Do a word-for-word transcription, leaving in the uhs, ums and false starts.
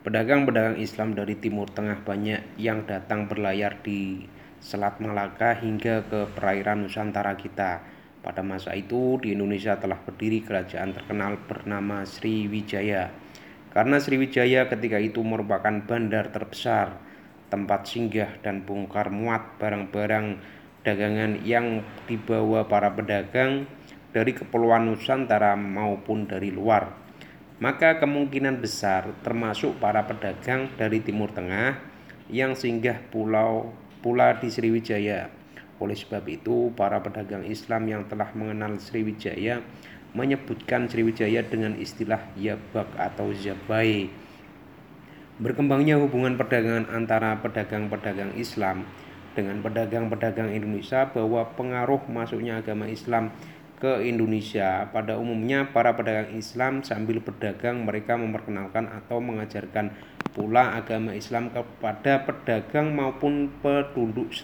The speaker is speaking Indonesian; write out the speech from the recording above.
Pedagang-pedagang Islam dari Timur Tengah banyak yang datang berlayar di Selat Malaka hingga ke perairan Nusantara kita. Pada masa itu di Indonesia telah berdiri kerajaan terkenal bernama Sriwijaya. Karena Sriwijaya ketika itu merupakan bandar terbesar, tempat singgah dan bongkar muat barang-barang dagangan yang dibawa para pedagang dari kepulauan Nusantara maupun dari luar, maka kemungkinan besar termasuk para pedagang dari Timur Tengah yang singgah pulau pula di Sriwijaya. Oleh sebab itu, para pedagang Islam yang telah mengenal Sriwijaya menyebutkan Sriwijaya dengan istilah Yabak atau Zabai. Berkembangnya hubungan perdagangan antara pedagang-pedagang Islam dengan pedagang-pedagang Indonesia bahwa pengaruh masuknya agama Islam ke Indonesia. Pada umumnya para pedagang Islam sambil berdagang mereka memperkenalkan atau mengajarkan pula agama Islam kepada pedagang maupun penduduk